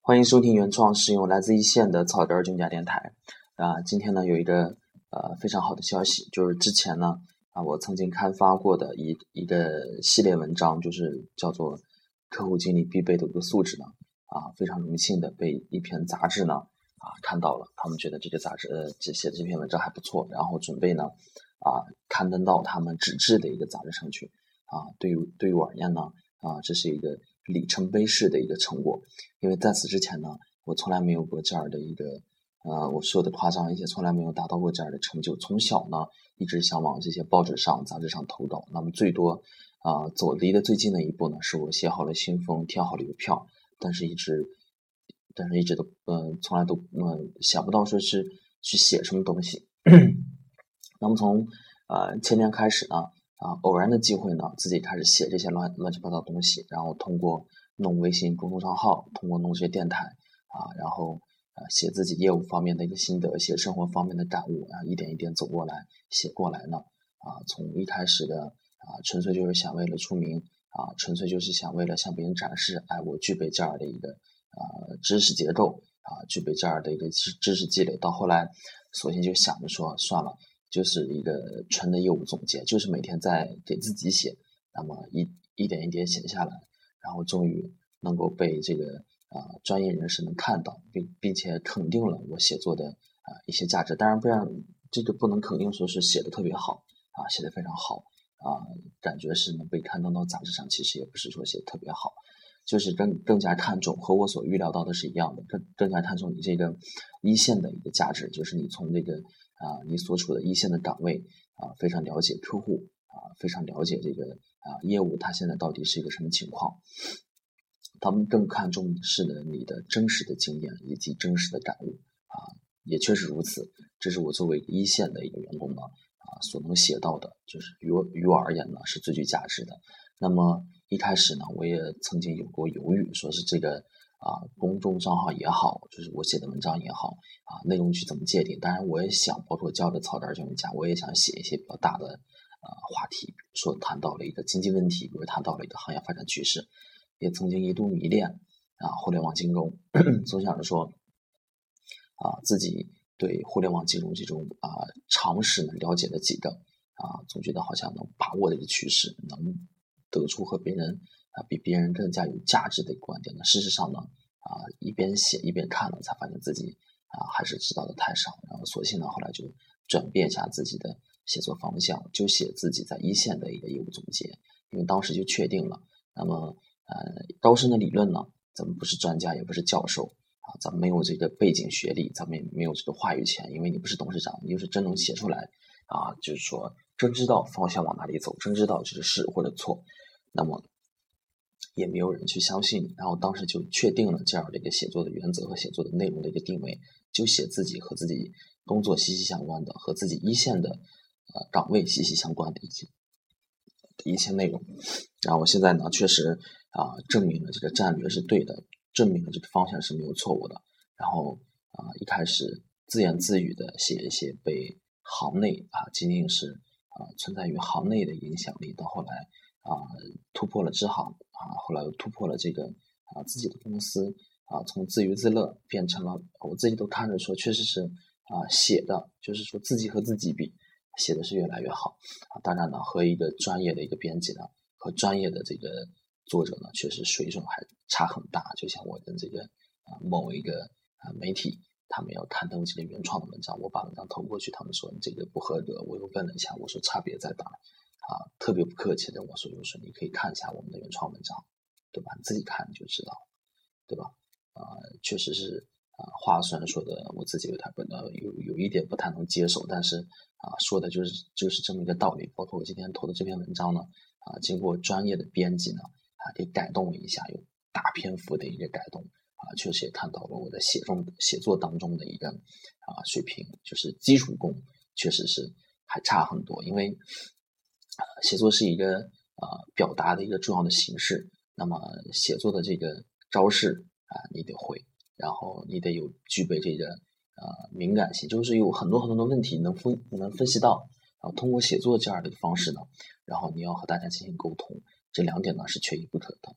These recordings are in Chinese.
欢迎收听原创实用来自一线的草根军家电台。今天呢有一个非常好的消息，就是之前呢我曾经刊发过的一个系列文章，就是叫做客户经理必备的5个素质呢非常荣幸的被一篇杂志呢看到了，他们觉得这个杂志写的这篇文章还不错，然后准备呢刊登到他们纸质的一个杂志上去对于我而言呢这是一个里程碑式的一个成果，因为在此之前呢，我从来没有过这样的一个我说的夸张一些，从来没有达到过这样的成就。从小呢，一直想往这些报纸上、杂志上投稿，那么最多走离得最近的一步呢，是我写好了信封，填好了邮票，但是一直都从来都想不到说是去写什么东西。那么从前年开始呢。偶然的机会呢，自己开始写这些乱七八糟的东西，然后通过弄微信公众账号，通过弄这些电台然后写自己业务方面的一个心得，写生活方面的感悟一点一点走过来写过来呢从一开始的纯粹就是想为了出名纯粹就是想为了向别人展示我具备这样的一个知识结构具备这样的一个知识积累，到后来索性就想着说算了，就是一个纯的业务总结，就是每天在给自己写，那么一点一点写下来，然后终于能够被这个专业人士能看到，并且肯定了我写作的一些价值。当然不能肯定说是写的特别好写的非常好感觉是能被刊登到杂志上，其实也不是说写的特别好，就是更加看重，和我所预料到的是一样的，更加看重你这个一线的一个价值，就是你从这个你所处的一线的岗位非常了解客户非常了解这个业务它现在到底是一个什么情况，他们更看重的是你的真实的经验以及真实的感悟也确实如此，这是我作为一线的一个员工呢所能写到的，就是于我而言呢是最具价值的。那么一开始呢，我也曾经有过犹豫，说是这个公众账号也好，就是我写的文章也好内容去怎么界定。当然我也想，包括教的草根教育家，我也想写一些比较大的话题，比如说谈到了一个经济问题，比如谈到了一个行业发展趋势，也曾经一度迷恋互联网金融总想着说自己对互联网金融这种常识能了解的几个总觉得好像能把握这个趋势，能得出和别人比别人更加有价值的一个观点呢。事实上呢一边写一边看了，才发现自己还是知道的太少，然后索性呢后来就转变一下自己的写作方向，就写自己在一线的一个业务总结。因为当时就确定了，那么高深的理论呢，咱们不是专家也不是教授咱们没有这个背景学历，咱们也没有这个话语权，因为你不是董事长，你就是真能写出来就是说真知道方向往哪里走，真知道这是或者错，那么也没有人去相信你。然后当时就确定了这样的一个写作的原则和写作的内容的一个定位，就写自己和自己工作息息相关的，和自己一线的岗位息息相关的一些内容。然后现在呢确实证明了这个战略是对的，证明了这个方向是没有错误的。然后一开始自言自语的写一些被行内仅仅是存在于行内的影响力，到后来突破了支行后来又突破了这个自己的公司从自娱自乐变成了我自己都看着说确实是写的，就是说自己和自己比写的是越来越好当然呢和一个专业的一个编辑呢和专业的这个作者呢确实水准还差很大。就像我跟这个某一个媒体他们要刊登这个原创的文章，我把文章投过去，他们说你这个不合格，我又问了一下，我说差别在哪特别不客气的我说就是你可以看一下我们的原创文章，对吧？你自己看你就知道，对吧？确实是话虽然说的我自己有一点不太能接受，但是说的就是这么一个道理。包括我今天投的这篇文章呢经过专业的编辑呢给改动了一下，有大篇幅的一个改动确实也看到了我的写作当中的一个水平，就是基础功确实是还差很多。因为写作是一个表达的一个重要的形式，那么写作的这个招式你得会，然后你得具备这个敏感性，就是有很多很多的问题能分析到，然后通过写作这样的方式呢，然后你要和大家进行沟通，这2点呢是缺一不可的。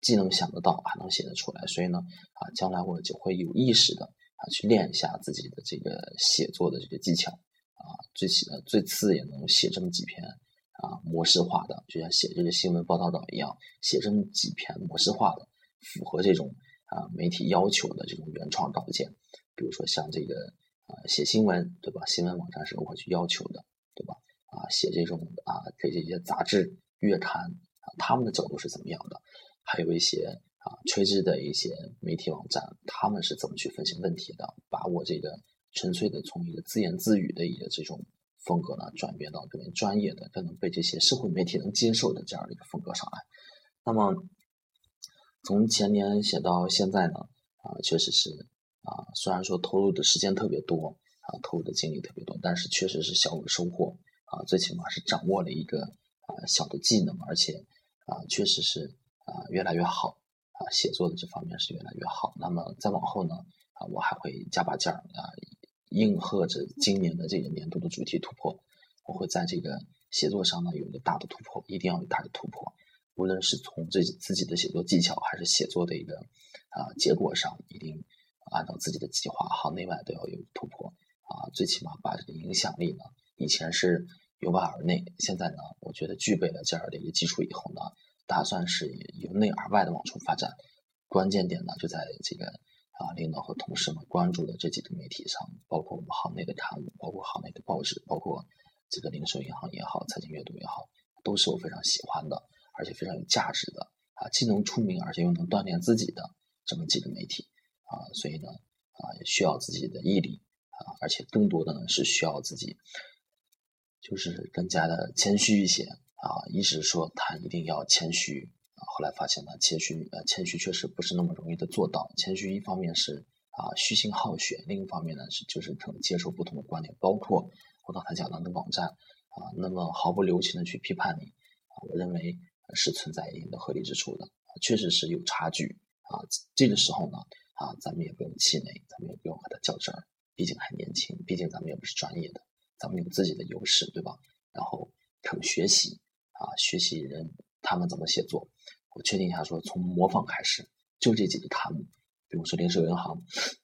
既能想得到，还能写得出来，所以呢将来我就会有意识的去练一下自己的这个写作的这个技巧最次也能写这么几篇模式化的，就像写这个新闻报道稿一样，写这么几篇模式化的，符合这种媒体要求的这种原创稿件。比如说像这个写新闻，对吧？新闻网站是如何去要求的，对吧？写这种给这些杂志、月刊他们的角度是怎么样的？还有一些垂直的一些媒体网站，他们是怎么去分析问题的？把我这个纯粹的从一个自言自语的一个这种风格呢，转变到更为专业的、更能被这些社会媒体能接受的这样的一个风格上来。那么从前年写到现在呢，确实是虽然说投入的时间特别多投入的精力特别多，但是确实是小有收获最起码是掌握了一个小的技能，而且确实是越来越好写作的这方面是越来越好。那么再往后呢我还会加把劲儿应和着今年的这个年度的主题突破，我会在这个写作上呢有一个大的突破，一定要有大的突破，无论是从自己的写作技巧还是写作的一个结果上，一定按照自己的计划行内外都要有突破最起码把这个影响力呢，以前是由外而内，现在呢我觉得具备了这样的一个基础以后呢，打算是由内而外的往出发展。关键点呢就在这个领导和同事们关注的这几个媒体上，包括我们行内的刊物，包括行内的报纸，包括这个零售银行也好，财经阅读也好，都是我非常喜欢的，而且非常有价值的既能出名而且又能锻炼自己的这么几个媒体所以呢需要自己的毅力而且更多的呢是需要自己就是更加的谦虚一些一直说他一定要谦虚后来发现呢谦虚确实不是那么容易的做到。谦虚一方面是虚心好学，另一方面呢就是可能接受不同的观点，包括我刚才讲到的网站那么毫不留情的去批判你我认为是存在一定的合理之处的确实是有差距这个时候呢咱们也不用气馁，咱们也不用和他较真儿，毕竟还年轻，毕竟咱们也不是专业的，咱们有自己的优势，对吧？然后肯学习学习人他们怎么写作，我确定一下说从模仿开始，就这几个刊目，比如说零售银行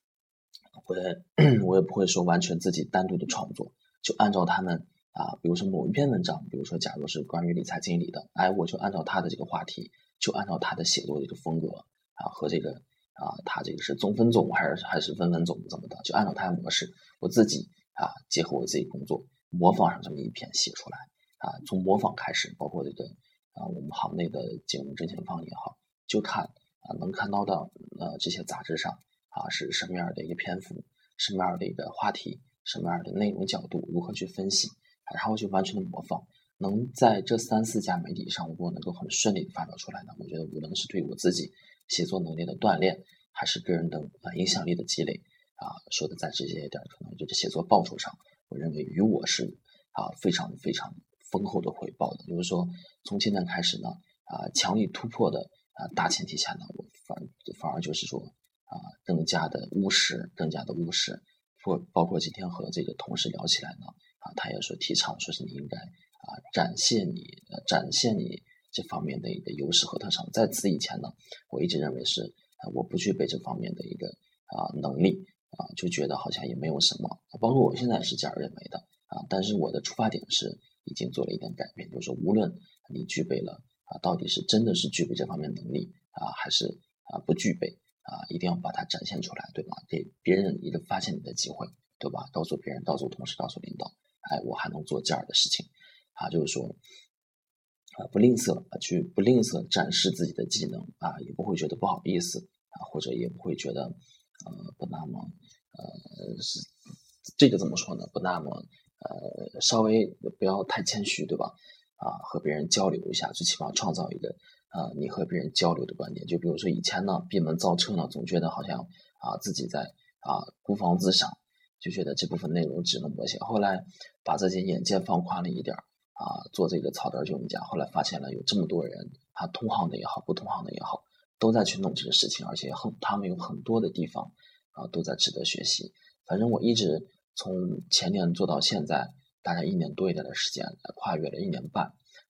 我也不会说完全自己单独的创作，就按照他们比如说某一篇文章，比如说假如是关于理财经理的我就按照他的这个话题，就按照他的写作的这个风格和这个他这个是总分总还是分分总怎么的，就按照他的模式，我自己结合我自己工作模仿上这么一篇写出来从模仿开始，包括这个我们行内的金融正前方也好，就看能看到的这些杂志上是什么样的一个篇幅，什么样的一个话题，什么样的内容角度，如何去分析然后就完全的模仿，能在这3-4家媒体上如果能够很顺利的发表出来呢，我觉得无论是对我自己写作能力的锻炼，还是个人的影响力的积累说的再直接一点，可能就是写作报酬上，我认为于我是非常非常丰厚的回报的。就是说从今天开始呢强力突破的大前提下呢，我反而就是说更加的务实，包括今天和这个同事聊起来呢他也说提倡说是你应该展现你这方面的一个优势和特长。在此以前呢，我一直认为是我不具备这方面的一个能力就觉得好像也没有什么，包括我现在是这样认为的但是我的出发点是已经做了一点改变，就是说无论你具备了到底是真的是具备这方面能力还是不具备一定要把它展现出来，对吧？给别人一个发现你的机会，对吧？告诉别人，告诉同事，告诉领导我还能做这样的事情就是说不吝啬展示自己的技能也不会觉得不好意思或者也不会觉得不那么是这个怎么说呢？不那么稍微不要太谦虚，对吧？和别人交流一下，最起码创造一个你和别人交流的观点。就比如说以前呢，闭门造车呢，总觉得好像自己在孤芳自赏，就觉得这部分内容只能我写。后来把自己眼界放宽了一点做这个草根就我们家，后来发现了有这么多人同行的也好，不同行的也好，都在去弄这个事情，而且他们有很多的地方都在值得学习。反正我一直从前年做到现在，大概1年多一点的时间，跨越了1年半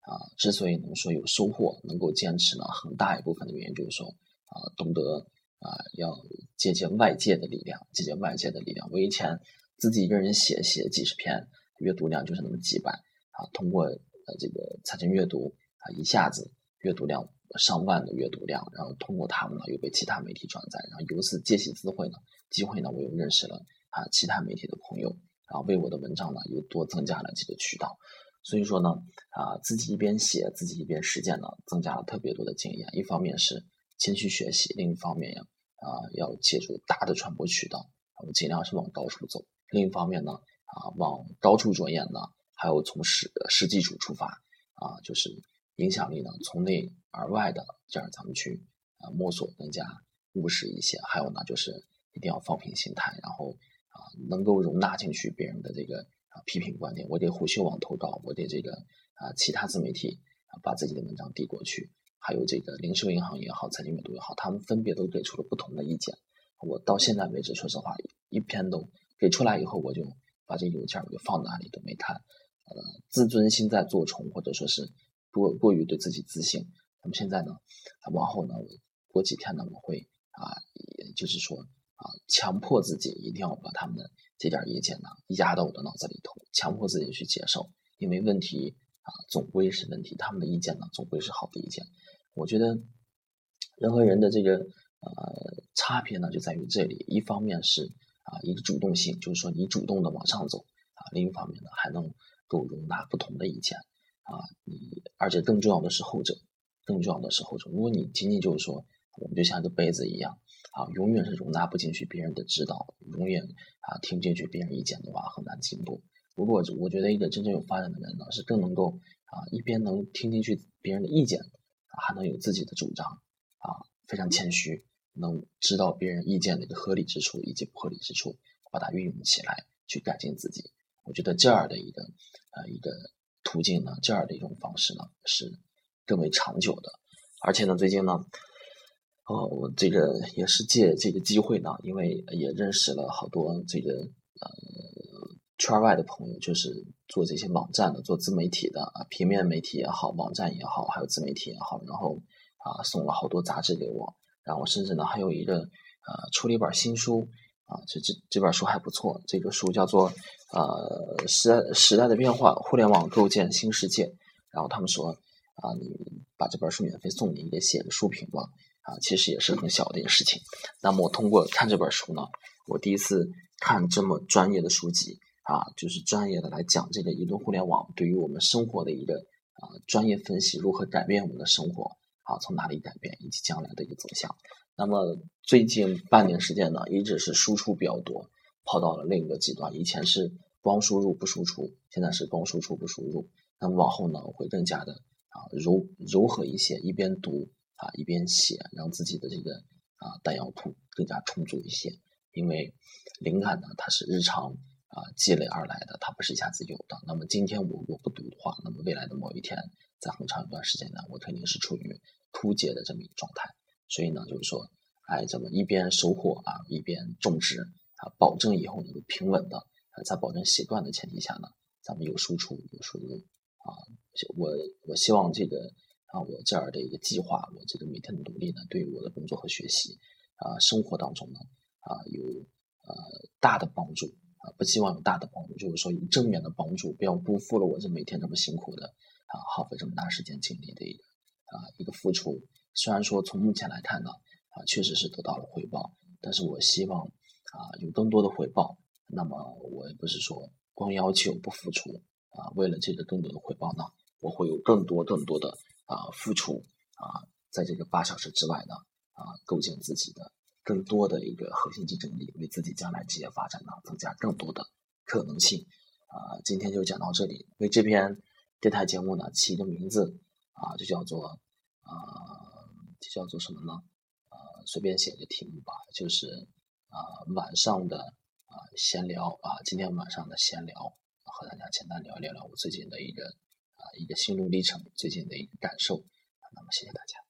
之所以能说有收获，能够坚持呢，很大一部分的原因就是说懂得要借鉴外界的力量，我以前自己一个人写几十篇，阅读量就是那么几百通过这个财经阅读一下子阅读量上万的阅读量，然后通过他们呢又被其他媒体转载，然后由此借机会呢我又认识了其他媒体的朋友，然后为我的文章呢又多增加了几个渠道。所以说呢自己一边写自己一边实践呢，增加了特别多的经验。一方面是谦虚学习，另一方面要借助大的传播渠道，我们尽量是往高处走。另一方面呢往高处着眼呢，还有从实际处出发就是影响力呢从内而外的这样咱们去摸索更加务实一些。还有呢就是一定要放平心态，然后能够容纳进去别人的这个批评观点。我给虎嗅网投稿，我给这个其他自媒体把自己的文章递过去，还有这个零售银行也好，财经阅读也好，他们分别都给出了不同的意见。我到现在为止说实话一篇都给出来以后，我就把这邮件我就放哪里都没看。自尊心在作祟，或者说是过于对自己自信。那么现在呢往后呢，我过几天呢我会也就是说强迫自己一定要把他们的这点意见呢压到我的脑子里头，强迫自己去接受。因为问题总归是问题，他们的意见呢总归是好的意见。我觉得人和人的这个差别呢就在于这里，一方面是一个主动性，就是说你主动的往上走另一方面呢还能够容纳不同的意见而且更重要的是后者。如果你仅仅就是说我们就像一个杯子一样永远是容纳不进去别人的指导，永远听不进去别人意见的话，很难进步。不过我觉得一个真正有发展的人呢，是更能够一边能听进去别人的意见还能有自己的主张非常谦虚，能知道别人意见的一个合理之处以及不合理之处，把它运用起来去改进自己。我觉得这样的一个途径呢，这样的一种方式呢是更为长久的。而且呢最近呢我这个也是借这个机会呢，因为也认识了好多这个圈外的朋友，就是做这些网站的，做自媒体的平面媒体也好，网站也好，还有自媒体也好，然后送了好多杂志给我，然后甚至呢还有一个出了一本新书这本书还不错，这个书叫做时代的变化，互联网构建新世界。然后他们说你把这本书免费送你，也写个书评吧其实也是很小的一个事情。那么我通过看这本书呢，我第一次看这么专业的书籍就是专业的来讲这个移动互联网对于我们生活的一个专业分析，如何改变我们的生活从哪里改变以及将来的一个走向。那么最近半年时间呢，一直是输出比较多，跑到了另一个极端。以前是光输入不输出，现在是光输出不输入。那么往后呢，我会更加的柔和一些，一边读一边写，让自己的这个弹药库更加充足一些。因为灵感呢，它是日常积累而来的，它不是一下子有的。那么今天我不读的话，那么未来的某一天，在很长一段时间呢，我肯定是处于枯竭的这么一个状态。所以呢，就是说这么一边收获一边种植保证以后能够平稳的在保证习惯的前提下呢，咱们有输出有输入我希望这个我这样的一个计划，我这个每天的努力呢，对于我的工作和学习生活当中呢有大的帮助不希望有大的帮助，就是说有正面的帮助，不要辜负了我这每天这么辛苦的耗费这么大时间精力的一个付出。虽然说从目前来看呢确实是得到了回报，但是我希望有更多的回报。那么我也不是说光要求不付出为了这个更多的回报呢，我会有更多的付出在这个8小时之外呢构建自己的更多的一个核心竞争力，为自己将来职业发展呢增加更多的可能性今天就讲到这里。为这篇电台节目呢起一个名字就叫做什么呢随便写个题目吧，就是晚上的闲聊今天晚上的闲聊和大家简单聊一聊我最近的一个心路历程，最近的一个感受那么谢谢大家。